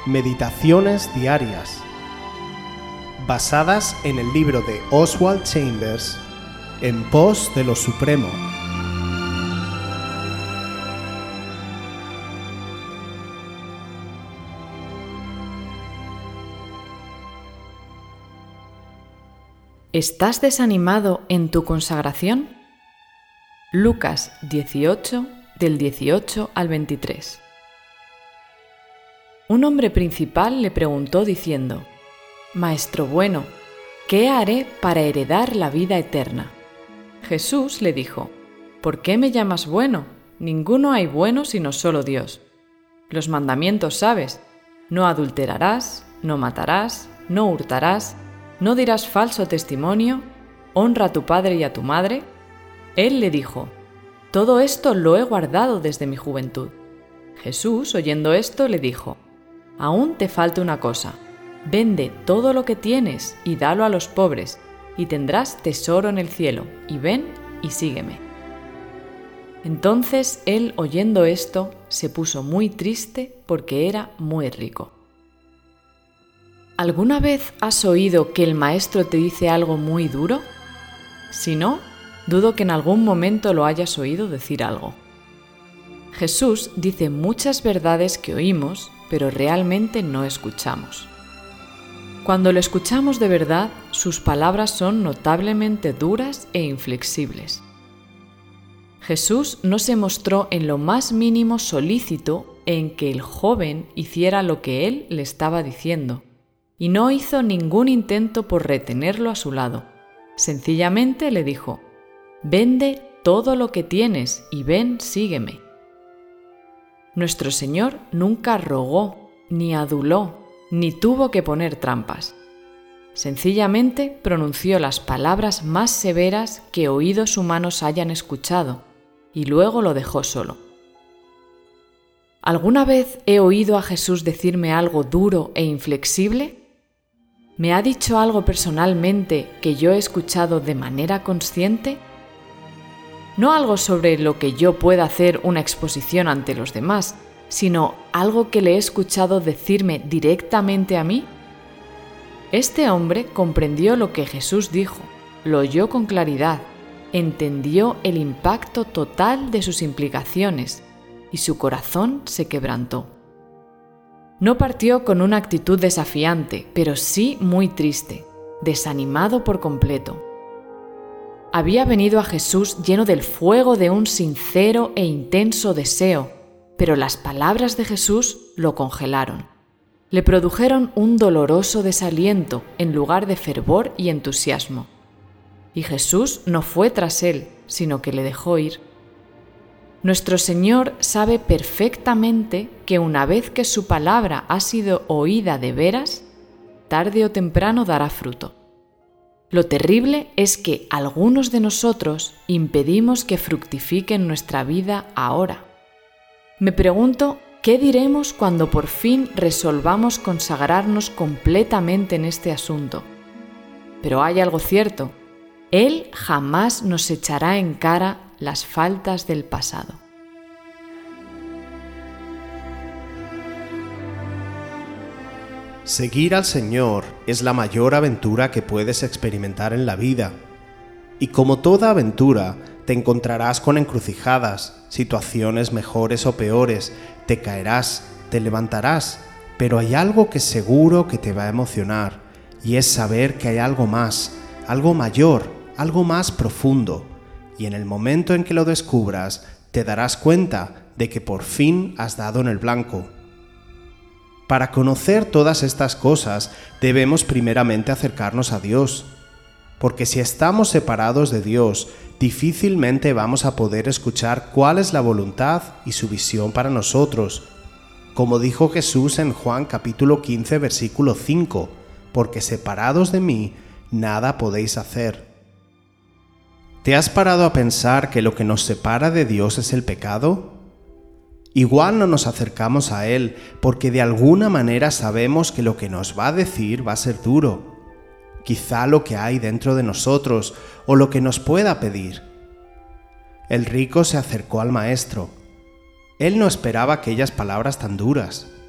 Meditaciones diarias, basadas en el libro de Oswald Chambers, En pos de lo supremo. ¿Estás desanimado en tu consagración? Lucas 18, del 18 al 23. Un hombre principal le preguntó diciendo: «Maestro bueno, ¿qué haré para heredar la vida eterna?» Jesús le dijo: «¿Por qué me llamas bueno? Ninguno hay bueno sino solo Dios. Los mandamientos sabes: no adulterarás, no matarás, no hurtarás, no dirás falso testimonio, honra a tu padre y a tu madre». Él le dijo: «Todo esto lo he guardado desde mi juventud». Jesús, oyendo esto, le dijo: «Aún te falta una cosa. Vende todo lo que tienes y dalo a los pobres, y tendrás tesoro en el cielo, y ven y sígueme». Entonces él, oyendo esto, se puso muy triste porque era muy rico. ¿Alguna vez has oído que el maestro te dice algo muy duro? Si no, dudo que en algún momento lo hayas oído decir algo. Jesús dice muchas verdades que oímos, pero realmente no escuchamos. Cuando lo escuchamos de verdad, sus palabras son notablemente duras e inflexibles. Jesús no se mostró en lo más mínimo solícito en que el joven hiciera lo que él le estaba diciendo, y no hizo ningún intento por retenerlo a su lado. Sencillamente le dijo: «Vende todo lo que tienes y ven, sígueme». Nuestro Señor nunca rogó, ni aduló, ni tuvo que poner trampas. Sencillamente pronunció las palabras más severas que oídos humanos hayan escuchado, y luego lo dejó solo. ¿Alguna vez he oído a Jesús decirme algo duro e inflexible? ¿Me ha dicho algo personalmente que yo he escuchado de manera consciente? No algo sobre lo que yo pueda hacer una exposición ante los demás, sino algo que le he escuchado decirme directamente a mí. Este hombre comprendió lo que Jesús dijo, lo oyó con claridad, entendió el impacto total de sus implicaciones y su corazón se quebrantó. No partió con una actitud desafiante, pero sí muy triste, desanimado por completo. Había venido a Jesús lleno del fuego de un sincero e intenso deseo, pero las palabras de Jesús lo congelaron. Le produjeron un doloroso desaliento en lugar de fervor y entusiasmo. Y Jesús no fue tras él, sino que le dejó ir. Nuestro Señor sabe perfectamente que una vez que su palabra ha sido oída de veras, tarde o temprano dará fruto. Lo terrible es que algunos de nosotros impedimos que fructifique en nuestra vida ahora. Me pregunto, ¿qué diremos cuando por fin resolvamos consagrarnos completamente en este asunto? Pero hay algo cierto: Él jamás nos echará en cara las faltas del pasado. Seguir al Señor es la mayor aventura que puedes experimentar en la vida. Y como toda aventura, te encontrarás con encrucijadas, situaciones mejores o peores, te caerás, te levantarás, pero hay algo que seguro que te va a emocionar, y es saber que hay algo más, algo mayor, algo más profundo, y en el momento en que lo descubras, te darás cuenta de que por fin has dado en el blanco. Para conocer todas estas cosas, debemos primeramente acercarnos a Dios, porque si estamos separados de Dios, difícilmente vamos a poder escuchar cuál es la voluntad y su visión para nosotros. Como dijo Jesús en Juan capítulo 15, versículo 5, «Porque separados de mí, nada podéis hacer». ¿Te has parado a pensar que lo que nos separa de Dios es el pecado? Igual no nos acercamos a Él porque de alguna manera sabemos que lo que nos va a decir va a ser duro. Quizá lo que hay dentro de nosotros o lo que nos pueda pedir. El rico se acercó al maestro. Él no esperaba aquellas palabras tan duras.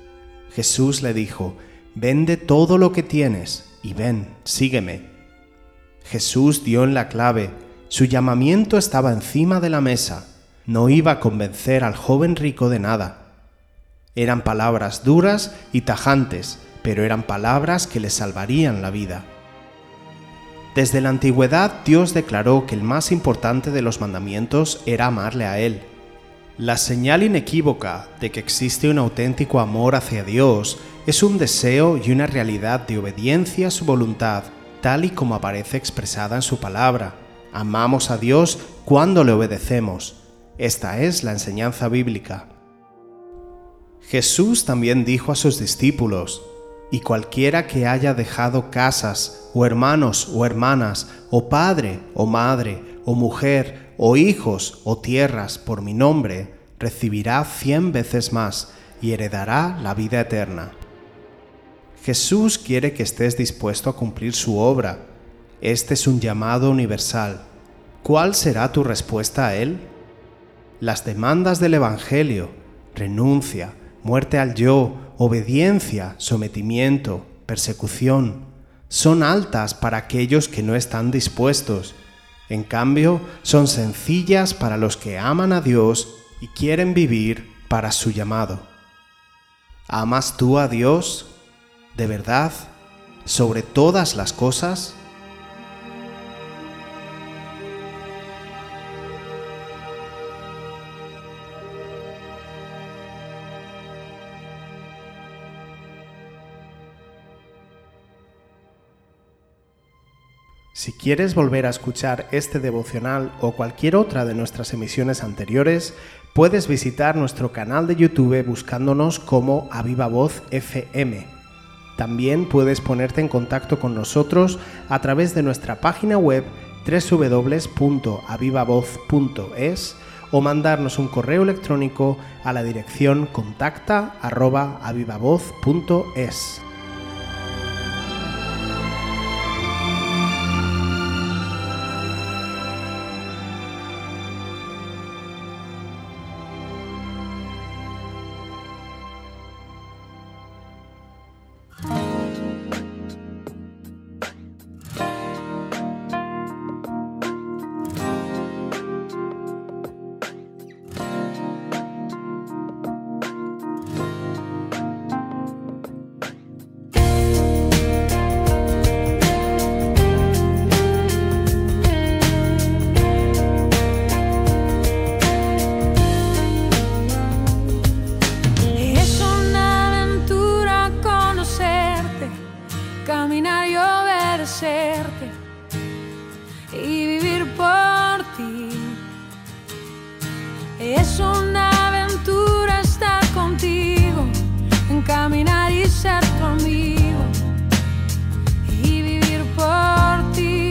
Jesús le dijo: «Vende todo lo que tienes y ven, sígueme». Jesús dio en la clave. Su llamamiento estaba encima de la mesa. No iba a convencer al joven rico de nada. Eran palabras duras y tajantes, pero eran palabras que le salvarían la vida. Desde la antigüedad, Dios declaró que el más importante de los mandamientos era amarle a Él. La señal inequívoca de que existe un auténtico amor hacia Dios es un deseo y una realidad de obediencia a su voluntad, tal y como aparece expresada en su palabra. Amamos a Dios cuando le obedecemos. Esta es la enseñanza bíblica. Jesús también dijo a sus discípulos: «Y cualquiera que haya dejado casas, o hermanos o hermanas, o padre o madre, o mujer, o hijos o tierras por mi nombre, recibirá 100 veces más y heredará la vida eterna». Jesús quiere que estés dispuesto a cumplir su obra. Este es un llamado universal. ¿Cuál será tu respuesta a él? Las demandas del Evangelio: renuncia, muerte al yo, obediencia, sometimiento, persecución, son altas para aquellos que no están dispuestos. En cambio, son sencillas para los que aman a Dios y quieren vivir para su llamado. ¿Amas tú a Dios? ¿De verdad? ¿Sobre todas las cosas? Si quieres volver a escuchar este devocional o cualquier otra de nuestras emisiones anteriores, puedes visitar nuestro canal de YouTube buscándonos como A Viva Voz FM. También puedes ponerte en contacto con nosotros a través de nuestra página web www.avivavoz.es o mandarnos un correo electrónico a la dirección contacta@avivavoz.es. Y vivir por ti. Es una aventura estar contigo, caminar y ser tu amigo y vivir por ti.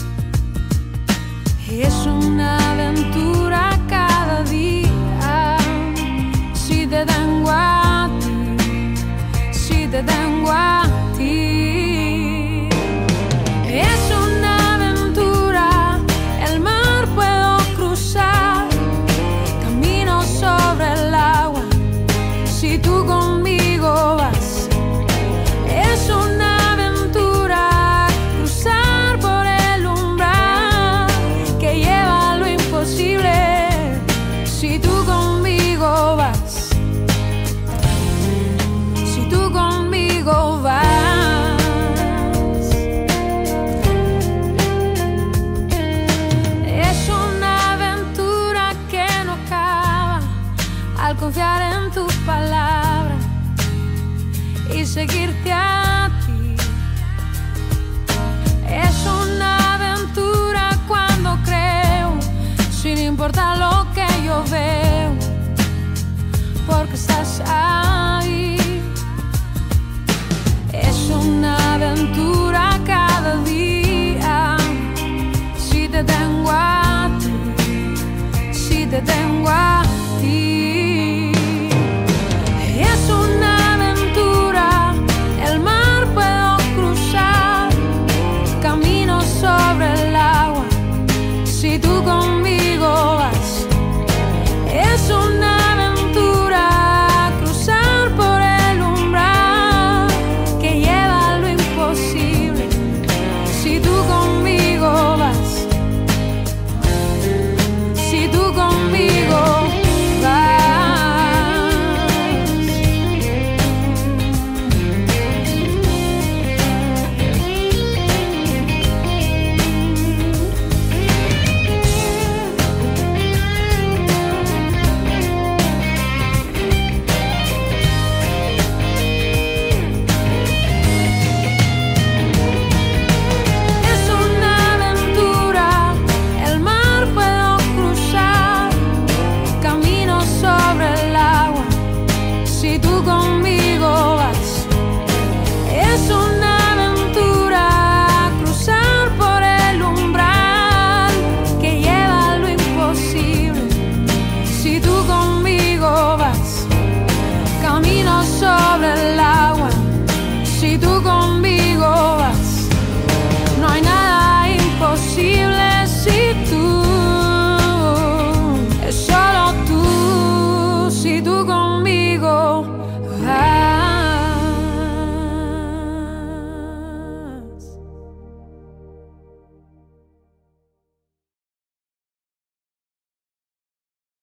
Es una aventura cada día. Si te tengo a ti, si te tengo a ti. Es una aventura, el mar puedo cruzar, camino sobre el agua, si tú conmigo vas. Es una aventura, cruzar por el umbral que lleva a lo imposible, si tú conmigo vas, si tú conmigo vas. Confiar en tu palabra y seguirte a ti. Es una aventura cuando creo, sin importar lo que yo veo, porque estás ahí.